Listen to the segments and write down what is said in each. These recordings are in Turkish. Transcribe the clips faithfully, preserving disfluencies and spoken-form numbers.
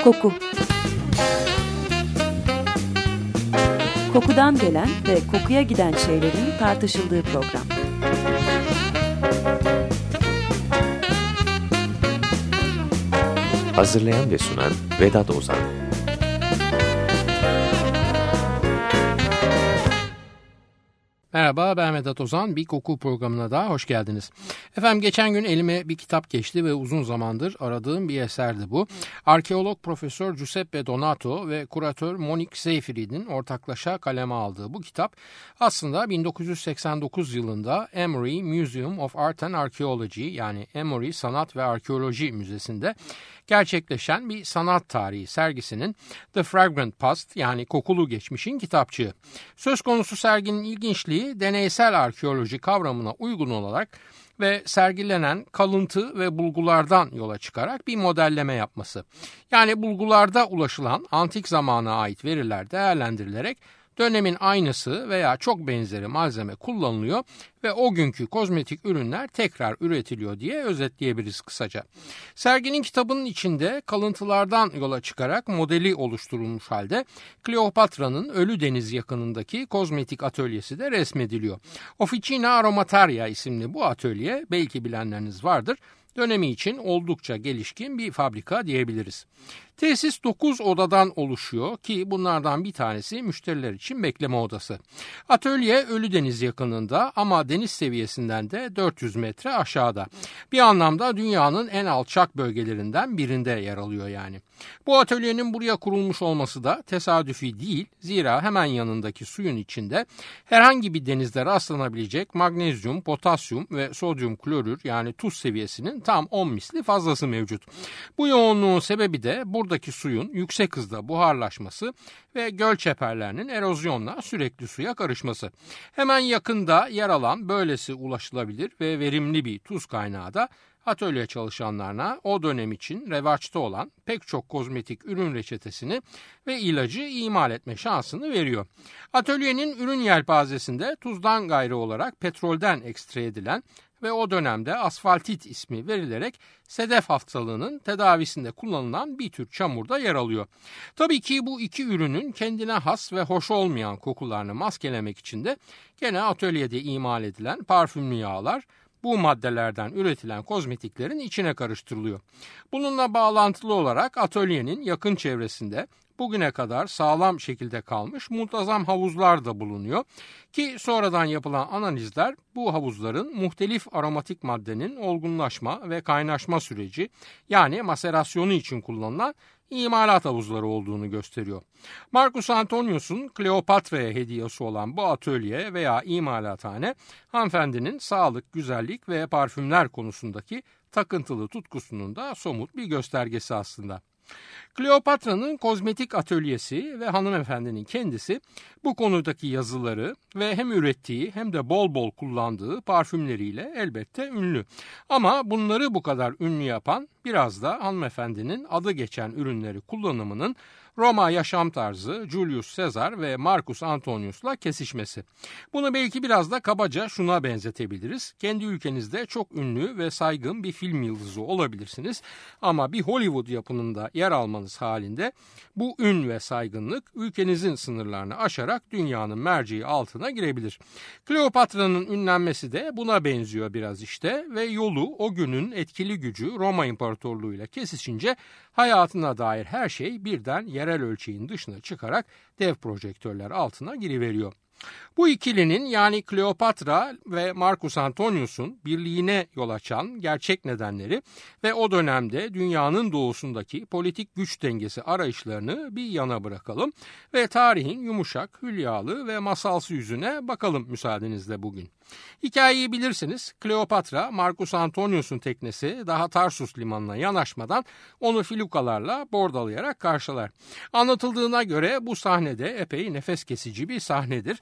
Koku. Kokudan gelen ve kokuya giden şeylerin tartışıldığı program. Hazırlayan ve sunan Vedat Ozan. Merhaba, ben Vedat Ozan. Bir koku programına daha hoş geldiniz. Efendim, geçen gün elime bir kitap geçti ve uzun zamandır aradığım bir eserdi bu. Arkeolog Profesör Giuseppe Donato ve kuratör Monique Seyfried'in ortaklaşa kaleme aldığı bu kitap aslında bin dokuz yüz seksen dokuz yılında Emory Museum of Art and Archaeology, yani Emory Sanat ve Arkeoloji Müzesi'nde gerçekleşen bir sanat tarihi sergisinin The Fragrant Past, yani kokulu geçmişin kitapçığı. Söz konusu serginin ilginçliği deneysel arkeoloji kavramına uygun olarak ve sergilenen kalıntı ve bulgulardan yola çıkarak bir modelleme yapması. Yani bulgularda ulaşılan antik zamana ait veriler değerlendirilerek dönemin aynısı veya çok benzeri malzeme kullanılıyor ve o günkü kozmetik ürünler tekrar üretiliyor diye özetleyebiliriz kısaca. Serginin kitabının içinde kalıntılardan yola çıkarak modeli oluşturulmuş halde Kleopatra'nın Ölü Deniz yakınındaki kozmetik atölyesi de resmediliyor. Officina Aromataria isimli bu atölye, belki bilenleriniz vardır, dönemi için oldukça gelişkin bir fabrika diyebiliriz. Tesis dokuz odadan oluşuyor ki bunlardan bir tanesi müşteriler için bekleme odası. Atölye Ölüdeniz yakınında ama deniz seviyesinden de dört yüz metre aşağıda. Bir anlamda dünyanın en alçak bölgelerinden birinde yer alıyor yani. Bu atölyenin buraya kurulmuş olması da tesadüfi değil. Zira hemen yanındaki suyun içinde herhangi bir denizde rastlanabilecek magnezyum, potasyum ve sodyum klorür, yani tuz seviyesinin tam on misli fazlası mevcut. Bu yoğunluğun sebebi de buradaki suyun yüksek hızda buharlaşması ve göl çeperlerinin erozyonla sürekli suya karışması. Hemen yakında yer alan böylesi ulaşılabilir ve verimli bir tuz kaynağı da atölye çalışanlarına o dönem için revaçta olan pek çok kozmetik ürün reçetesini ve ilacı imal etme şansını veriyor. Atölyenin ürün yelpazesinde tuzdan gayrı olarak petrolden ekstre edilen ve o dönemde asfaltit ismi verilerek sedef hastalığının tedavisinde kullanılan bir tür çamur da yer alıyor. Tabii ki bu iki ürünün kendine has ve hoş olmayan kokularını maskelemek için de gene atölyede imal edilen parfümlü yağlar bu maddelerden üretilen kozmetiklerin içine karıştırılıyor. Bununla bağlantılı olarak atölyenin yakın çevresinde bugüne kadar sağlam şekilde kalmış muntazam havuzlar da bulunuyor ki sonradan yapılan analizler bu havuzların muhtelif aromatik maddenin olgunlaşma ve kaynaşma süreci, yani maserasyonu için kullanılan imalat havuzları olduğunu gösteriyor. Marcus Antonius'un Kleopatra'ya hediyesi olan bu atölye veya imalathane, hanımefendinin sağlık, güzellik ve parfümler konusundaki takıntılı tutkusunun da somut bir göstergesi aslında. Kleopatra'nın kozmetik atölyesi ve hanımefendinin kendisi bu konudaki yazıları ve hem ürettiği hem de bol bol kullandığı parfümleriyle elbette ünlü. Ama bunları bu kadar ünlü yapan biraz da hanımefendinin adı geçen ürünleri kullanımının Roma yaşam tarzı Julius Caesar ve Marcus Antonius'la kesişmesi. Bunu belki biraz da kabaca şuna benzetebiliriz. Kendi ülkenizde çok ünlü ve saygın bir film yıldızı olabilirsiniz ama bir Hollywood yapımında yer almanız halinde bu ün ve saygınlık ülkenizin sınırlarını aşarak dünyanın merceği altına girebilir. Kleopatra'nın ünlenmesi de buna benziyor biraz işte ve yolu o günün etkili gücü Roma İmparatorluğu ile kesişince hayatına dair her şey birden yerel ölçeğin dışına çıkarak dev projektörler altına giriveriyor. Bu ikilinin, yani Kleopatra ve Marcus Antonius'un birliğine yol açan gerçek nedenleri ve o dönemde dünyanın doğusundaki politik güç dengesi arayışlarını bir yana bırakalım ve tarihin yumuşak, hülyalı ve masalsı yüzüne bakalım müsaadenizle bugün. Hikayeyi bilirsiniz. Kleopatra, Marcus Antonius'un teknesi daha Tarsus limanına yanaşmadan onu filukalarla bordalayarak karşılar. Anlatıldığına göre bu sahnede epey nefes kesici bir sahnedir.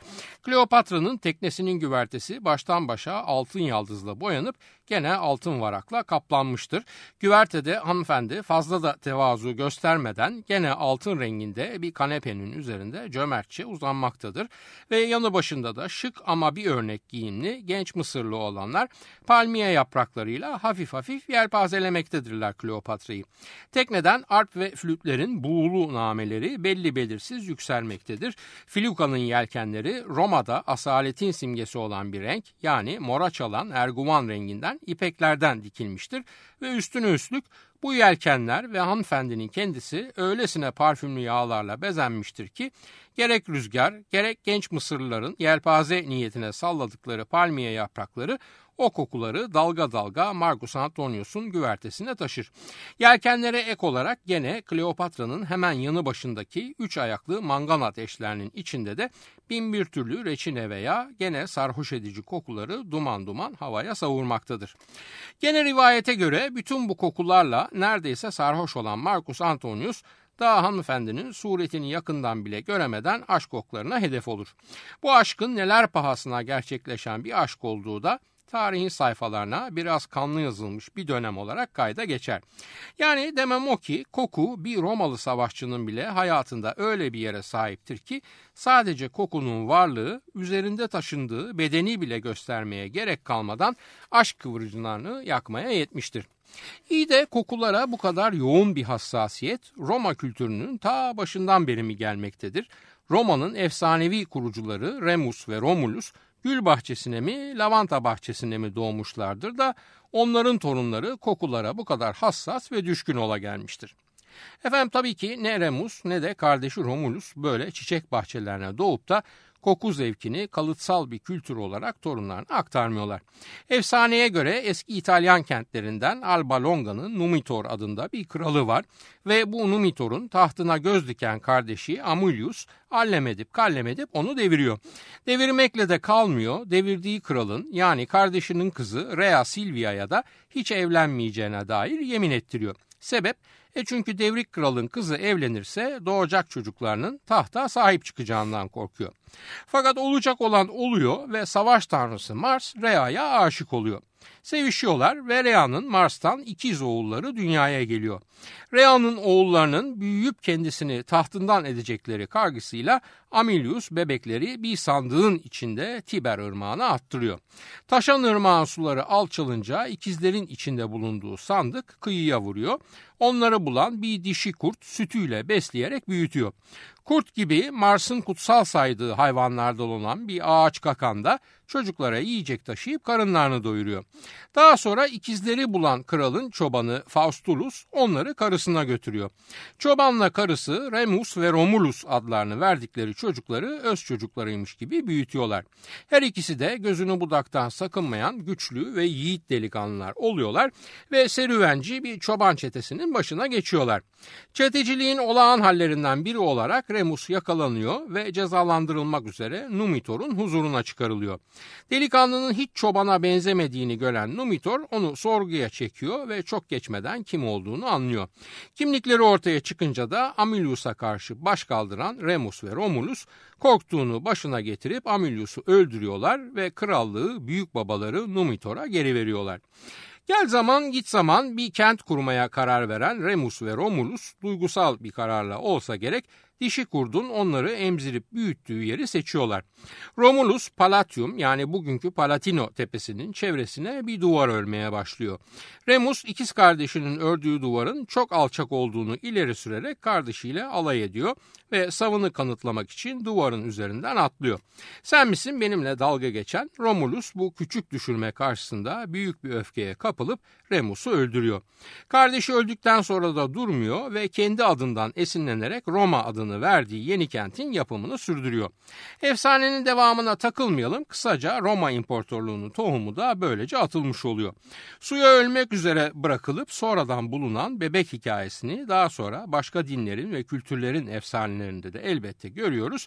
Kleopatra'nın teknesinin güvertesi baştan başa altın yaldızla boyanıp gene altın varakla kaplanmıştır. Güvertede hanımefendi fazla da tevazu göstermeden gene altın renginde bir kanepenin üzerinde cömertçe uzanmaktadır. Ve yanı başında da şık ama bir örnek giyimli genç Mısırlı olanlar palmiye yapraklarıyla hafif hafif yelpazelemektedirler Kleopatra'yı. Tekneden arp ve flütlerin buğulu nameleri belli belirsiz yükselmektedir. Filuka'nın yelkenleri Roma'da asaletin simgesi olan bir renk, yani mora çalan erguvan renginden ipeklerden dikilmiştir ve üstüne üstlük bu yelkenler ve hanımefendinin kendisi öylesine parfümlü yağlarla bezenmiştir ki gerek rüzgar gerek genç Mısırlıların yelpaze niyetine salladıkları palmiye yaprakları o kokuları dalga dalga Marcus Antonius'un güvertesine taşır. Yelkenlere ek olarak gene Kleopatra'nın hemen yanı başındaki üç ayaklı mangan ateşlerinin içinde de bin bir türlü reçine veya gene sarhoş edici kokuları duman duman havaya savurmaktadır. Gene rivayete göre bütün bu kokularla neredeyse sarhoş olan Marcus Antonius daha hanımefendinin suretini yakından bile göremeden aşk oklarına hedef olur. Bu aşkın neler pahasına gerçekleşen bir aşk olduğu da tarihin sayfalarına biraz kanlı yazılmış bir dönem olarak kayda geçer. Yani demem o ki koku bir Romalı savaşçının bile hayatında öyle bir yere sahiptir ki sadece kokunun varlığı üzerinde taşındığı bedeni bile göstermeye gerek kalmadan aşk kıvırcınlarını yakmaya yetmiştir. İyi de kokulara bu kadar yoğun bir hassasiyet Roma kültürünün ta başından beri mi gelmektedir? Roma'nın efsanevi kurucuları Remus ve Romulus gül bahçesine mi, lavanta bahçesine mi doğmuşlardır da onların torunları kokulara bu kadar hassas ve düşkün ola gelmiştir. Efendim tabii ki ne Remus ne de kardeşi Romulus böyle çiçek bahçelerine doğup da koku zevkini kalıtsal bir kültür olarak torunlarına aktarmıyorlar. Efsaneye göre eski İtalyan kentlerinden Alba Longa'nın Numitor adında bir kralı var ve bu Numitor'un tahtına göz diken kardeşi Amulius allem edip kallem edip onu deviriyor. Devirmekle de kalmıyor, devirdiği kralın yani kardeşinin kızı Rea Silvia'ya da hiç evlenmeyeceğine dair yemin ettiriyor. Sebep? E çünkü devrik kralın kızı evlenirse doğacak çocuklarının tahta sahip çıkacağından korkuyor. Fakat olacak olan oluyor ve savaş tanrısı Mars Rea'ya aşık oluyor. Sevişiyorlar ve Rea'nın Mars'tan ikiz oğulları dünyaya geliyor. Rea'nın oğullarının büyüyüp kendisini tahtından edecekleri kargısıyla Amilius bebekleri bir sandığın içinde Tiber ırmağına attırıyor. Taşan ırmağın suları alçalınca ikizlerin içinde bulunduğu sandık kıyıya vuruyor. Onları bulan bir dişi kurt sütüyle besleyerek büyütüyor. Kurt gibi Mars'ın kutsal saydığı hayvanlardan olan bir ağaç kakanda çocuklara yiyecek taşıyıp karınlarını doyuruyor. Daha sonra ikizleri bulan kralın çobanı Faustulus onları karısına götürüyor. Çobanla karısı Remus ve Romulus adlarını verdikleri çocukları öz çocuklarıymış gibi büyütüyorlar. Her ikisi de gözünü budaktan sakınmayan güçlü ve yiğit delikanlılar oluyorlar ve serüvenci bir çoban çetesinin başına geçiyorlar. Çeteciliğin olağan hallerinden biri olarak Remus yakalanıyor ve cezalandırılmak üzere Numitor'un huzuruna çıkarılıyor. Delikanlının hiç çobana benzemediğini gören Numitor onu sorguya çekiyor ve çok geçmeden kim olduğunu anlıyor. Kimlikleri ortaya çıkınca da Amilius'a karşı baş kaldıran Remus ve Romulus korktuğunu başına getirip Amilius'u öldürüyorlar ve krallığı büyük babaları Numitor'a geri veriyorlar. Gel zaman git zaman bir kent kurmaya karar veren Remus ve Romulus duygusal bir kararla olsa gerek dişi kurdun onları emzirip büyüttüğü yeri seçiyorlar. Romulus Palatium yani bugünkü Palatino tepesinin çevresine bir duvar örmeye başlıyor. Remus ikiz kardeşinin ördüğü duvarın çok alçak olduğunu ileri sürerek kardeşiyle alay ediyor ve savını kanıtlamak için duvarın üzerinden atlıyor. Sen misin benimle dalga geçen? Romulus bu küçük düşürme karşısında büyük bir öfkeye kapılıp Remus'u öldürüyor. Kardeşi öldükten sonra da durmuyor ve kendi adından esinlenerek Roma adını verdiği yeni kentin yapımını sürdürüyor. Efsanenin devamına takılmayalım. Kısaca Roma İmparatorluğu'nun tohumu da böylece atılmış oluyor. Suya ölmek üzere bırakılıp sonradan bulunan bebek hikayesini daha sonra başka dinlerin ve kültürlerin efsanelerinde de elbette görüyoruz.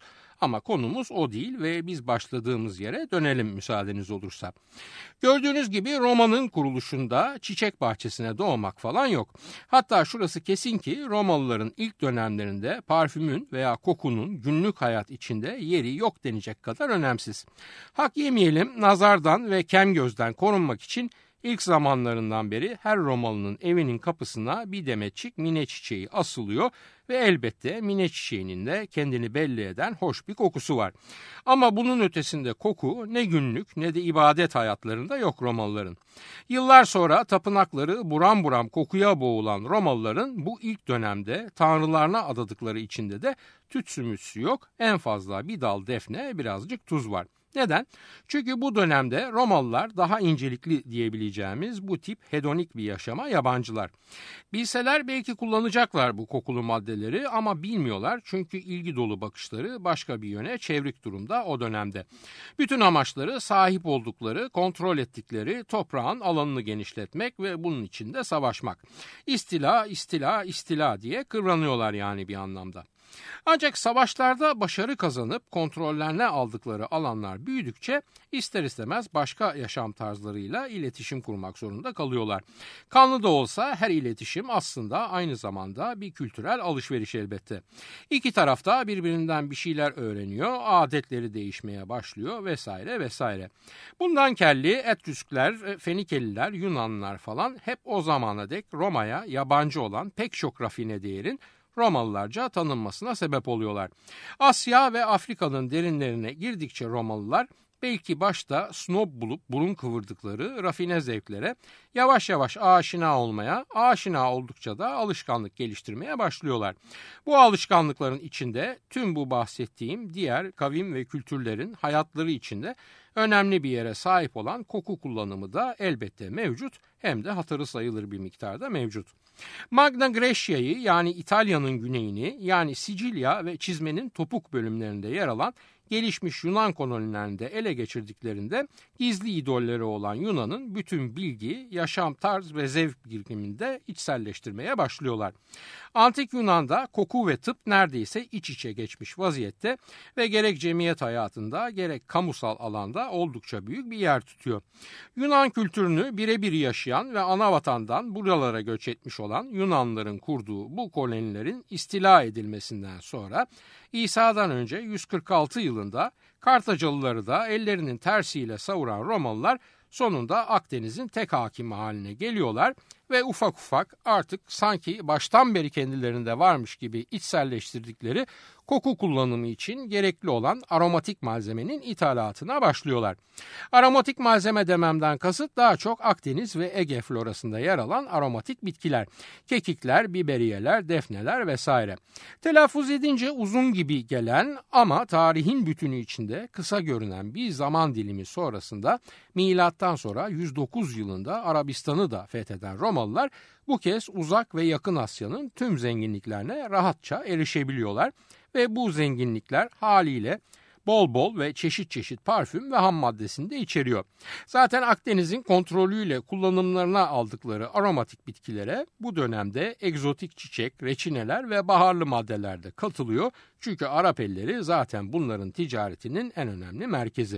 Ama konumuz o değil ve biz başladığımız yere dönelim müsaadeniz olursa. Gördüğünüz gibi Roma'nın kuruluşunda çiçek bahçesine doğmak falan yok. Hatta şurası kesin ki Romalıların ilk dönemlerinde parfümün veya kokunun günlük hayat içinde yeri yok denecek kadar önemsiz. Hak yemeyelim, nazardan ve kem gözden korunmak için İlk zamanlarından beri her Romalı'nın evinin kapısına bir demetçik mine çiçeği asılıyor ve elbette mine çiçeğinin de kendini belli eden hoş bir kokusu var. Ama bunun ötesinde koku ne günlük ne de ibadet hayatlarında yok Romalıların. Yıllar sonra tapınakları buram buram kokuya boğulan Romalıların bu ilk dönemde tanrılarına adadıkları içinde de tütsü mütsü yok, en fazla bir dal defne, birazcık tuz var. Neden? Çünkü bu dönemde Romalılar daha incelikli diyebileceğimiz bu tip hedonik bir yaşama yabancılar. Bilseler belki kullanacaklar bu kokulu maddeleri ama bilmiyorlar çünkü ilgi dolu bakışları başka bir yöne çevrik durumda o dönemde. Bütün amaçları sahip oldukları, kontrol ettikleri toprağın alanını genişletmek ve bunun için de savaşmak. İstila, istila, istila diye kıvranıyorlar yani bir anlamda. Ancak savaşlarda başarı kazanıp kontrollerine aldıkları alanlar büyüdükçe ister istemez başka yaşam tarzlarıyla iletişim kurmak zorunda kalıyorlar. Kanlı da olsa her iletişim aslında aynı zamanda bir kültürel alışveriş elbette. İki tarafta birbirinden bir şeyler öğreniyor, adetleri değişmeye başlıyor vesaire vesaire. Bundan kelli Etrüskler, Fenikeliler, Yunanlılar falan hep o zamana dek Roma'ya yabancı olan pek çok rafine değerin Romalılarca tanınmasına sebep oluyorlar. Asya ve Afrika'nın derinlerine girdikçe Romalılar belki başta snob bulup burun kıvırdıkları rafine zevklere yavaş yavaş aşina olmaya, aşina oldukça da alışkanlık geliştirmeye başlıyorlar. Bu alışkanlıkların içinde tüm bu bahsettiğim diğer kavim ve kültürlerin hayatları içinde önemli bir yere sahip olan koku kullanımı da elbette mevcut, hem de hatırı sayılır bir miktarda mevcut. Magna Grecia'yı yani İtalya'nın güneyini yani Sicilya ve çizmenin topuk bölümlerinde yer alan gelişmiş Yunan kolonilerinde ele geçirdiklerinde gizli idolleri olan Yunan'ın bütün bilgi, yaşam tarz ve zevk birikiminde içselleştirmeye başlıyorlar. Antik Yunan'da koku ve tıp neredeyse iç içe geçmiş vaziyette ve gerek cemiyet hayatında gerek kamusal alanda oldukça büyük bir yer tutuyor. Yunan kültürünü birebir yaşayan ve ana vatandan buralara göç etmiş olan Yunanlıların kurduğu bu kolonilerin istila edilmesinden sonra İsa'dan önce yüz kırk altı yılında Kartacalıları da ellerinin tersiyle savuran Romalılar sonunda Akdeniz'in tek hakimi haline geliyorlar ve ufak ufak artık sanki baştan beri kendilerinde varmış gibi içselleştirdikleri koku kullanımı için gerekli olan aromatik malzemenin ithalatına başlıyorlar. Aromatik malzeme dememden kasıt daha çok Akdeniz ve Ege florasında yer alan aromatik bitkiler, kekikler, biberiyeler, defneler vesaire. Telaffuz edince uzun gibi gelen ama tarihin bütünü içinde kısa görünen bir zaman dilimi sonrasında milattan sonra yüz dokuz yılında Arabistan'ı da fetheden Romalılar bu kez uzak ve yakın Asya'nın tüm zenginliklerine rahatça erişebiliyorlar ve bu zenginlikler haliyle bol bol ve çeşit çeşit parfüm ve ham maddesini de içeriyor. Zaten Akdeniz'in kontrolüyle kullanımlarına aldıkları aromatik bitkilere bu dönemde egzotik çiçek, reçineler ve baharlı maddeler de katılıyor. Çünkü Arap elleri zaten bunların ticaretinin en önemli merkezi.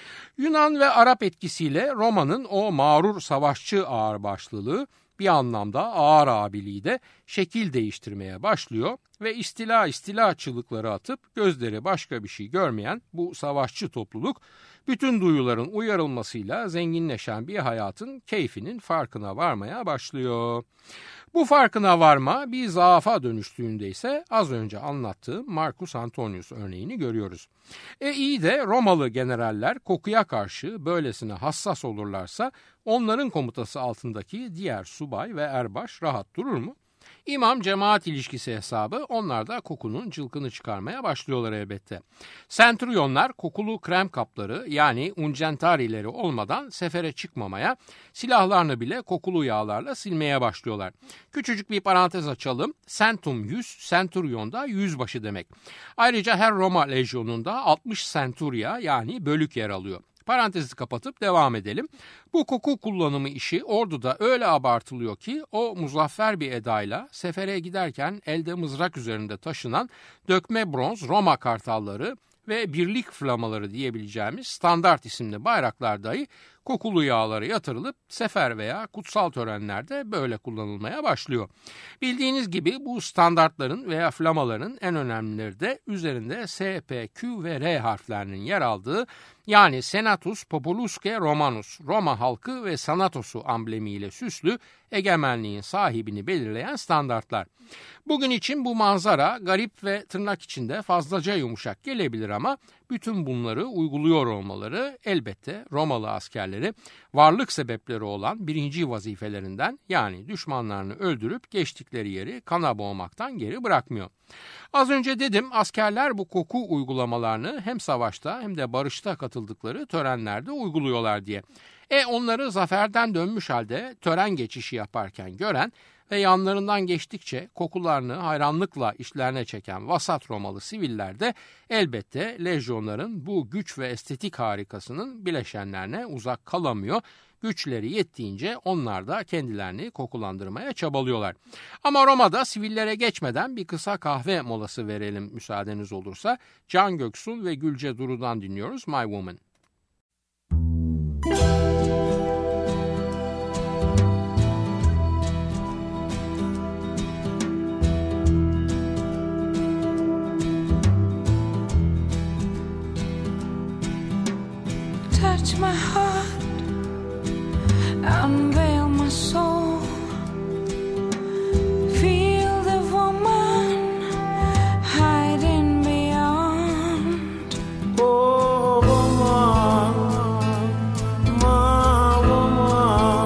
Yunan ve Arap etkisiyle Roma'nın o mağrur savaşçı ağırbaşlılığı bir anlamda ağır abiliği de şekil değiştirmeye başlıyor ve istila istila çığlıkları atıp gözleri başka bir şey görmeyen bu savaşçı topluluk bütün duyuların uyarılmasıyla zenginleşen bir hayatın keyfinin farkına varmaya başlıyor. Bu farkına varma bir zaafa dönüştüğünde ise az önce anlattığım Marcus Antonius örneğini görüyoruz. E iyi de Romalı generaller kokuya karşı böylesine hassas olurlarsa onların komutası altındaki diğer subay ve erbaş rahat durur mu? İmam cemaat ilişkisi hesabı onlar da kokunun cılkını çıkarmaya başlıyorlar elbette. Centurionlar kokulu krem kapları yani ungentarileri olmadan sefere çıkmamaya, silahlarını bile kokulu yağlarla silmeye başlıyorlar. Küçücük bir parantez açalım. Centum yüz, centurion da yüzbaşı demek. Ayrıca her Roma lejyonunda altmış centuria yani bölük yer alıyor. Parantezi kapatıp devam edelim. Bu koku kullanımı işi orduda öyle abartılıyor ki o muzaffer bir edayla sefere giderken elde mızrak üzerinde taşınan dökme bronz Roma kartalları ve birlik flamaları diyebileceğimiz standart isimli bayraklar dahi kokulu yağlara yatırılıp sefer veya kutsal törenlerde böyle kullanılmaya başlıyor. Bildiğiniz gibi bu standartların veya flamaların en önemlileri de üzerinde S, P, Q ve R harflerinin yer aldığı, yani Senatus Populusque Romanus, Roma halkı ve Sanatos'u amblemiyle süslü egemenliğin sahibini belirleyen standartlar. Bugün için bu manzara garip ve tırnak içinde fazlaca yumuşak gelebilir ama bütün bunları uyguluyor olmaları elbette Romalı askerleri varlık sebepleri olan birinci vazifelerinden, yani düşmanlarını öldürüp geçtikleri yeri kana boğmaktan geri bırakmıyor. Az önce dedim, askerler bu koku uygulamalarını hem savaşta hem de barışta katıldıkları törenlerde uyguluyorlar diye. E onları zaferden dönmüş halde tören geçişi yaparken gören ve yanlarından geçtikçe kokularını hayranlıkla işlerine çeken vasat Romalı siviller de elbette lejyonların bu güç ve estetik harikasının bileşenlerine uzak kalamıyor. Güçleri yettiğince onlar da kendilerini kokulandırmaya çabalıyorlar. Ama Roma'da sivillere geçmeden bir kısa kahve molası verelim müsaadeniz olursa. Can Göksun ve Gülce Duru'dan dinliyoruz My Woman. Touch my heart, unveil my soul. Feel the woman hiding beyond. Oh, woman, my woman.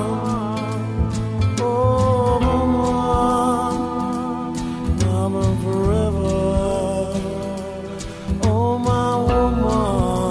Oh, woman, now and forever. Oh, my woman.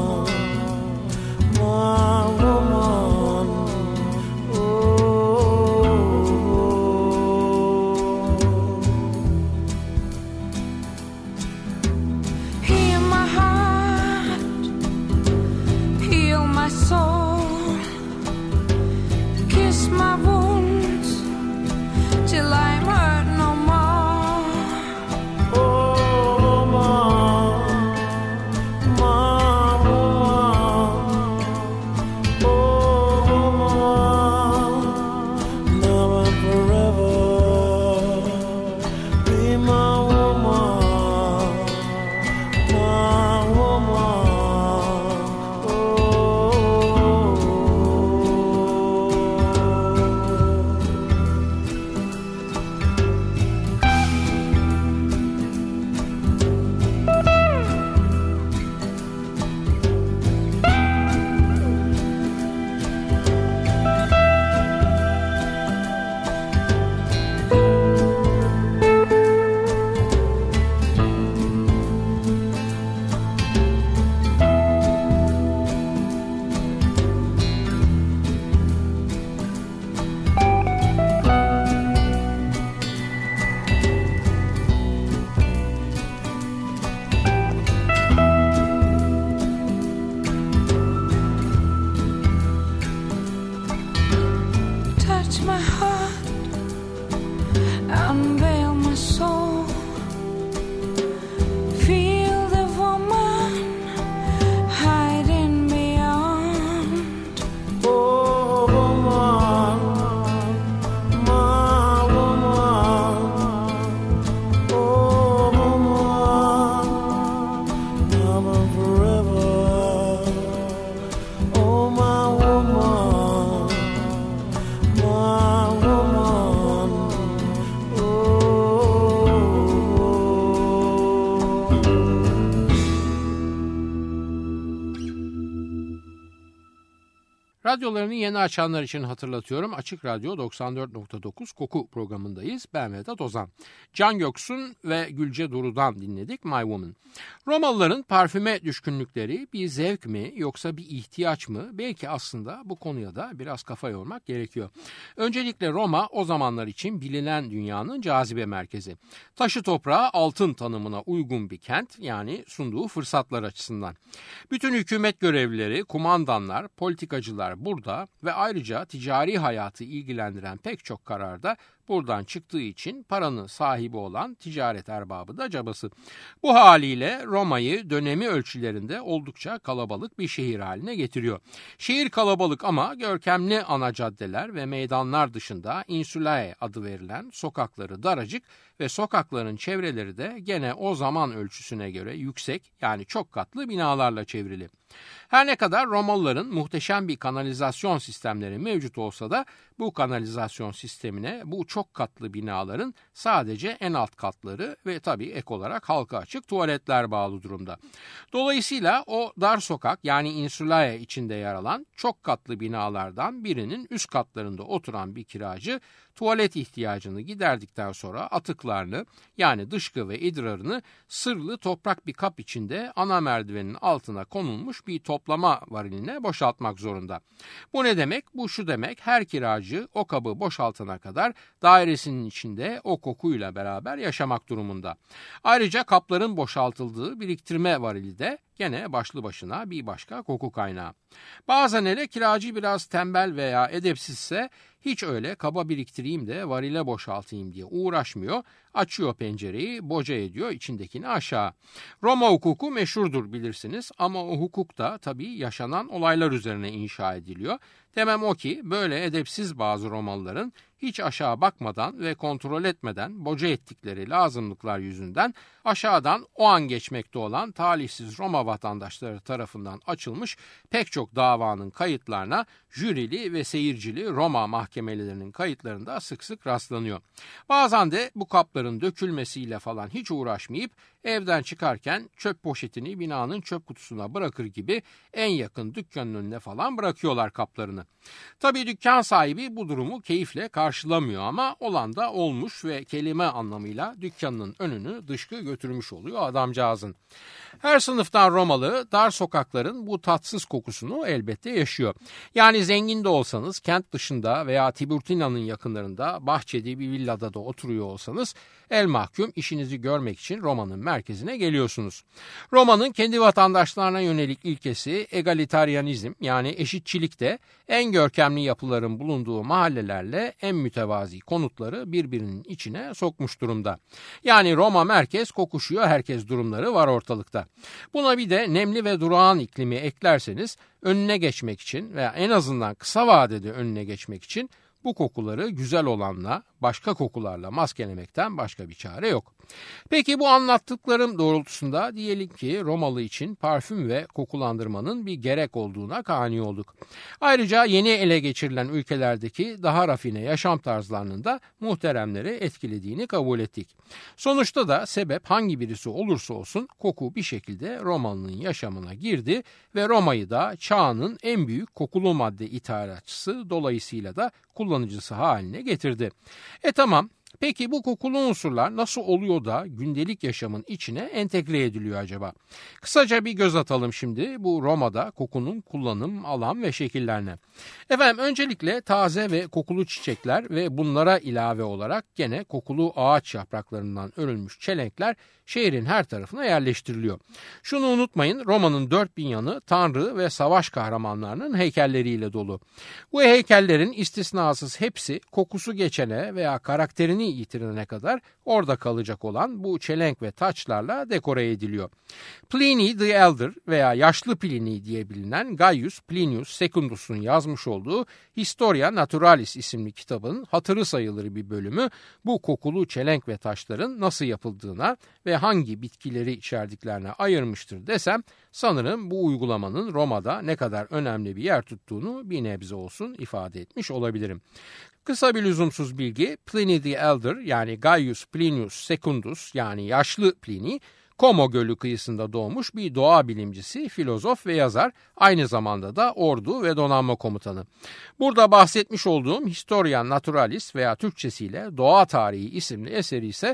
Radyolarını yeni açanlar için hatırlatıyorum. Açık Radyo doksan dört nokta dokuz Koku programındayız. Ben Vedat Ozan. Can Göksun ve Gülce Duru'dan dinledik My Woman. Romalıların parfüme düşkünlükleri bir zevk mi yoksa bir ihtiyaç mı? Belki aslında bu konuya da biraz kafa yormak gerekiyor. Öncelikle Roma o zamanlar için bilinen dünyanın cazibe merkezi. Taşı toprağı altın tanımına uygun bir kent, yani sunduğu fırsatlar açısından. Bütün hükümet görevlileri, kumandanlar, politikacılar burada ve ayrıca ticari hayatı ilgilendiren pek çok kararda buradan çıktığı için paranın sahibi olan ticaret erbabı da cabası. Bu haliyle Roma'yı dönemi ölçülerinde oldukça kalabalık bir şehir haline getiriyor. Şehir kalabalık ama görkemli ana caddeler ve meydanlar dışında Insulae adı verilen sokakları daracık ve sokakların çevreleri de gene o zaman ölçüsüne göre yüksek, yani çok katlı binalarla çevrili. Her ne kadar Romalıların muhteşem bir kanalizasyon sistemleri mevcut olsa da bu kanalizasyon sistemine bu çok katlı binaların sadece en alt katları ve tabii ek olarak halka açık tuvaletler bağlı durumda. Dolayısıyla o dar sokak, yani Insulae içinde yer alan çok katlı binalardan birinin üst katlarında oturan bir kiracı tuvalet ihtiyacını giderdikten sonra atıklarını, yani dışkı ve idrarını sırlı toprak bir kap içinde ana merdivenin altına konulmuş bir toplama variline boşaltmak zorunda. Bu ne demek? Bu şu demek: her kiracı o kabı boşaltana kadar dairesinin içinde o kokuyla beraber yaşamak durumunda. Ayrıca kapların boşaltıldığı biriktirme varili de gene başlı başına bir başka koku kaynağı. Bazen hele kiracı biraz tembel veya edepsizse hiç öyle kaba biriktireyim de varile boşaltayım diye uğraşmıyor. Açıyor pencereyi, boca ediyor içindekini aşağı. Roma hukuku meşhurdur bilirsiniz ama o hukuk da tabii yaşanan olaylar üzerine inşa ediliyor. Demem o ki böyle edepsiz bazı Romalıların hiç aşağı bakmadan ve kontrol etmeden boca ettikleri lazımlıklar yüzünden aşağıdan o an geçmekte olan talihsiz Roma vatandaşları tarafından açılmış pek çok davanın kayıtlarına jürili ve seyircili Roma mahkemelerinin kayıtlarında sık sık rastlanıyor. Bazen de bu kapların dökülmesiyle falan hiç uğraşmayıp evden çıkarken çöp poşetini binanın çöp kutusuna bırakır gibi en yakın dükkanın önüne falan bırakıyorlar kaplarını. Tabii dükkan sahibi bu durumu keyifle karşılamıyor ama olan da olmuş ve kelime anlamıyla dükkanının önünü dışkı götürmüş oluyor adamcağızın. Her sınıftan Romalı dar sokakların bu tatsız kokusunu elbette yaşıyor. Yani zengin de olsanız, kent dışında veya Tiburtina'nın yakınlarında bahçede bir villada da oturuyor olsanız el mahkum işinizi görmek için Roma'nın merkezine geliyorsunuz. Roma'nın kendi vatandaşlarına yönelik ilkesi egalitaryanizm, yani eşitçilik de en görkemli yapıların bulunduğu mahallelerle en mütevazi konutları birbirinin içine sokmuş durumda. Yani Roma merkez kokuşuyor herkes durumları var ortalıkta. Buna bir de nemli ve durağan iklimi eklerseniz önüne geçmek için veya en azından kısa vadede önüne geçmek için bu kokuları güzel olanla, başka kokularla maskelemekten başka bir çare yok. Peki bu anlattıklarım doğrultusunda diyelim ki Romalı için parfüm ve kokulandırmanın bir gerek olduğuna kani olduk. Ayrıca yeni ele geçirilen ülkelerdeki daha rafine yaşam tarzlarının da muhteremleri etkilediğini kabul ettik. Sonuçta da sebep hangi birisi olursa olsun koku bir şekilde Romalı'nın yaşamına girdi ve Roma'yı da çağının en büyük kokulu madde ithalatçısı, dolayısıyla da kullanıcısı haline getirdi. E tamam. Peki bu kokulu unsurlar nasıl oluyor da gündelik yaşamın içine entegre ediliyor acaba? Kısaca bir göz atalım şimdi bu Roma'da kokunun kullanım, alan ve şekillerine. Efendim öncelikle taze ve kokulu çiçekler ve bunlara ilave olarak gene kokulu ağaç yapraklarından örülmüş çelenkler şehrin her tarafına yerleştiriliyor. Şunu unutmayın, Roma'nın dört bin yanı tanrı ve savaş kahramanlarının heykelleriyle dolu. Bu heykellerin istisnasız hepsi kokusu geçene veya karakterini yitirene kadar orada kalacak olan bu çelenk ve taçlarla dekore ediliyor. Pliny the Elder veya Yaşlı Pliny diye bilinen Gaius Plinius Secundus'un yazmış olduğu Historia Naturalis isimli kitabın hatırı sayılır bir bölümü bu kokulu çelenk ve taşların nasıl yapıldığına ve hangi bitkileri içerdiklerine ayırmıştır desem sanırım bu uygulamanın Roma'da ne kadar önemli bir yer tuttuğunu bir nebze olsun ifade etmiş olabilirim. Kısa bir lüzumsuz bilgi, Pliny the Elder yani Gaius Plinius Secundus yani Yaşlı Pliny, Como Gölü kıyısında doğmuş bir doğa bilimcisi, filozof ve yazar, aynı zamanda da ordu ve donanma komutanı. Burada bahsetmiş olduğum Historia Naturalis veya Türkçesiyle Doğa Tarihi isimli eseri ise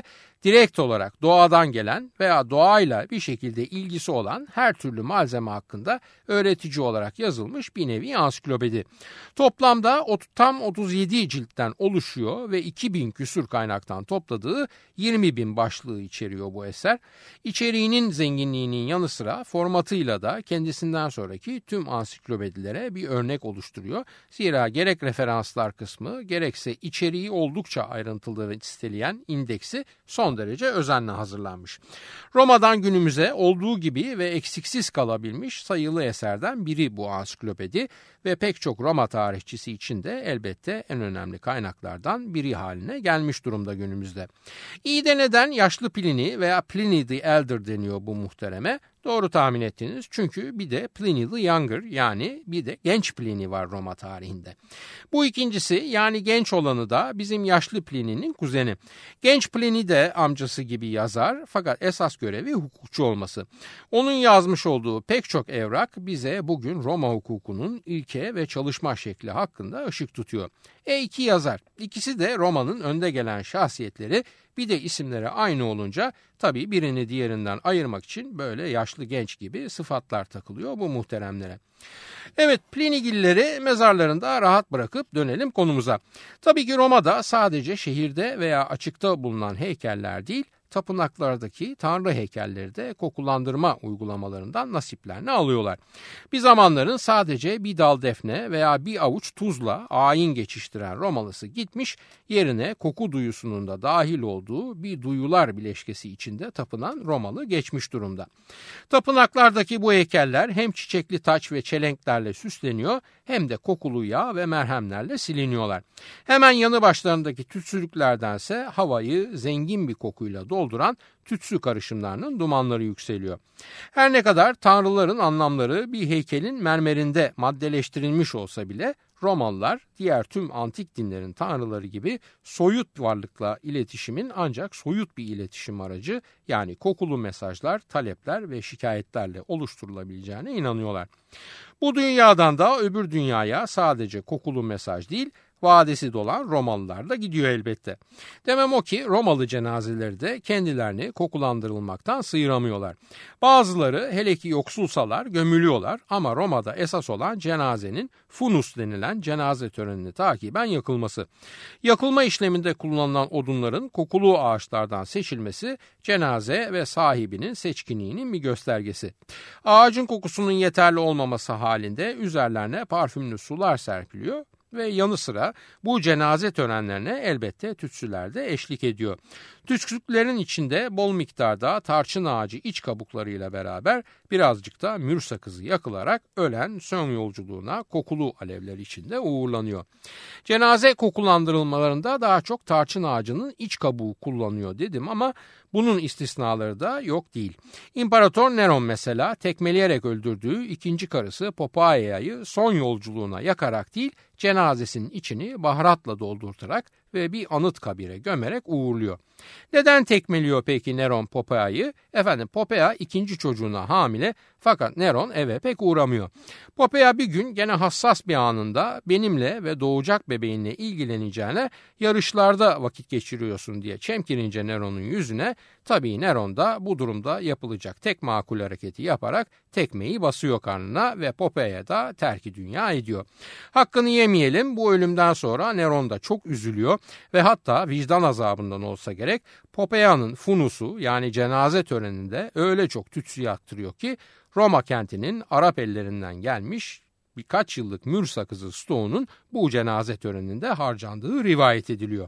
Direkt olarak doğadan gelen veya doğayla bir şekilde ilgisi olan her türlü malzeme hakkında öğretici olarak yazılmış bir nevi ansiklopedi. Toplamda tam otuz yedi ciltten oluşuyor ve iki bin küsur kaynaktan topladığı yirmi bin başlığı içeriyor bu eser. İçeriğinin zenginliğinin yanı sıra formatıyla da kendisinden sonraki tüm ansiklopedilere bir örnek oluşturuyor. Zira gerek referanslar kısmı gerekse içeriği oldukça ayrıntılı ve listeleyen indeksi son derece özenle hazırlanmış. Roma'dan günümüze olduğu gibi ve eksiksiz kalabilmiş sayılı eserden biri bu ansiklopedi ve pek çok Roma tarihçisi için de elbette en önemli kaynaklardan biri haline gelmiş durumda günümüzde. İyi de neden yaşlı Pliny veya Pliny the Elder deniyor bu muhtereme? Doğru tahmin ettiniz, çünkü bir de Pliny the Younger, yani bir de genç Pliny var Roma tarihinde. Bu ikincisi, yani genç olanı da bizim yaşlı Pliny'nin kuzeni. Genç Pliny de amcası gibi yazar, fakat esas görevi hukukçu olması. Onun yazmış olduğu pek çok evrak bize bugün Roma hukukunun ilke ve çalışma şekli hakkında ışık tutuyor. E iki yazar, ikisi de Roma'nın önde gelen şahsiyetleri, bir de isimleri aynı olunca tabii birini diğerinden ayırmak için böyle yaşlı genç gibi sıfatlar takılıyor bu muhteremlere. Evet, Plinigilleri mezarlarında rahat bırakıp dönelim konumuza. Tabii ki Roma'da sadece şehirde veya açıkta bulunan heykeller değil, tapınaklardaki tanrı heykelleri de kokulandırma uygulamalarından nasiplerini alıyorlar. Bir zamanların sadece bir dal defne veya bir avuç tuzla ayin geçiştiren Romalısı gitmiş, yerine koku duyusunun da dahil olduğu bir duyular bileşkesi içinde tapınan Romalı geçmiş durumda. Tapınaklardaki bu heykeller hem çiçekli taç ve çelenklerle süsleniyor, hem de kokulu yağ ve merhemlerle siliniyorlar. Hemen yanı başlarındaki tütsülüklerdense havayı zengin bir kokuyla dolduran tütsü karışımlarının dumanları yükseliyor. Her ne kadar tanrıların anlamları bir heykelin mermerinde maddeleştirilmiş olsa bile Romalılar diğer tüm antik dinlerin tanrıları gibi soyut varlıkla iletişimin ancak soyut bir iletişim aracı, yani kokulu mesajlar, talepler ve şikayetlerle oluşturulabileceğine inanıyorlar. Bu dünyadan da öbür dünyaya sadece kokulu mesaj değil, vadesi dolan Romalılar da gidiyor elbette. Demem o ki Romalı cenazeleri de kendilerini kokulandırılmaktan sıyıramıyorlar. Bazıları hele ki yoksulsalar gömülüyorlar, ama Roma'da esas olan cenazenin funus denilen cenaze törenini takiben yakılması. Yakılma işleminde kullanılan odunların kokulu ağaçlardan seçilmesi cenaze ve sahibinin seçkinliğinin bir göstergesi. Ağacın kokusunun yeterli olmaması halinde üzerlerine parfümlü sular serpiliyor ve yanı sıra bu cenaze törenlerine elbette tütsüler de eşlik ediyor. Tütsülerin içinde bol miktarda tarçın ağacı iç kabuklarıyla beraber birazcık da mür sakızı yakılarak ölen son yolculuğuna kokulu alevler içinde uğurlanıyor. Cenaze kokulandırılmalarında daha çok tarçın ağacının iç kabuğu kullanıyor dedim, ama bunun istisnaları da yok değil. İmparator Neron mesela tekmeleyerek öldürdüğü ikinci karısı Poppaea'yı son yolculuğuna yakarak değil, cenazesinin içini baharatla doldurtarak ve bir anıt kabire gömerek uğurluyor. Neden tekmeliyor peki Neron Poppaea'yı? Efendim, Poppaea ikinci çocuğuna hamile, fakat Neron eve pek uğramıyor. Poppaea bir gün gene hassas bir anında benimle ve doğacak bebeğinle ilgileneceğine yarışlarda vakit geçiriyorsun diye çemkirince Neron'un yüzüne, tabii Neron da bu durumda yapılacak tek makul hareketi yaparak tekmeyi basıyor karnına ve Poppaea da terki dünya ediyor. Hakkını yemeyelim, bu ölümden sonra Neron da çok üzülüyor ve hatta vicdan azabından olsa gerek Poppaea'nın funusu, yani cenaze töreninde öyle çok tütsü yaktırıyor ki Roma kentinin Arap ellerinden gelmiş birkaç yıllık mür sakızı stoğunun bu cenaze töreninde harcandığı rivayet ediliyor.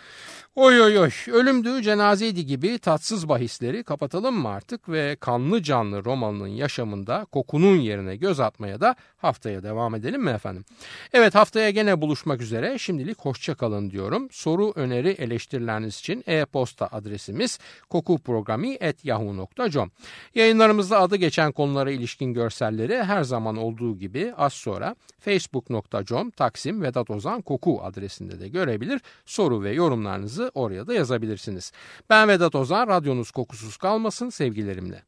Oy oy oy, ölümdü, cenazeydi gibi tatsız bahisleri kapatalım mı artık ve kanlı canlı Romalı'nın yaşamında kokunun yerine göz atmaya da haftaya devam edelim mi efendim? Evet, haftaya gene buluşmak üzere, şimdilik hoşça kalın diyorum. Soru, öneri, eleştirileriniz için e-posta adresimiz kokuprogrami at yahoo nokta com. Yayınlarımızda adı geçen konulara ilişkin görselleri her zaman olduğu gibi az sonra facebook nokta com Taksim Vedat Ozan Koku adresinde de görebilir. Soru ve yorumlarınızı oraya da yazabilirsiniz. Ben Vedat Ozan, radyonuz kokusuz kalmasın sevgilerimle.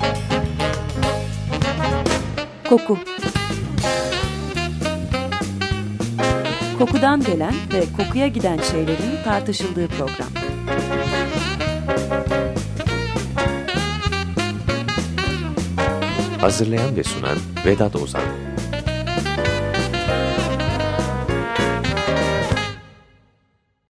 Koku. Kokudan gelen ve kokuya giden şeylerin tartışıldığı program. Hazırlayan ve sunan Vedat Ozan.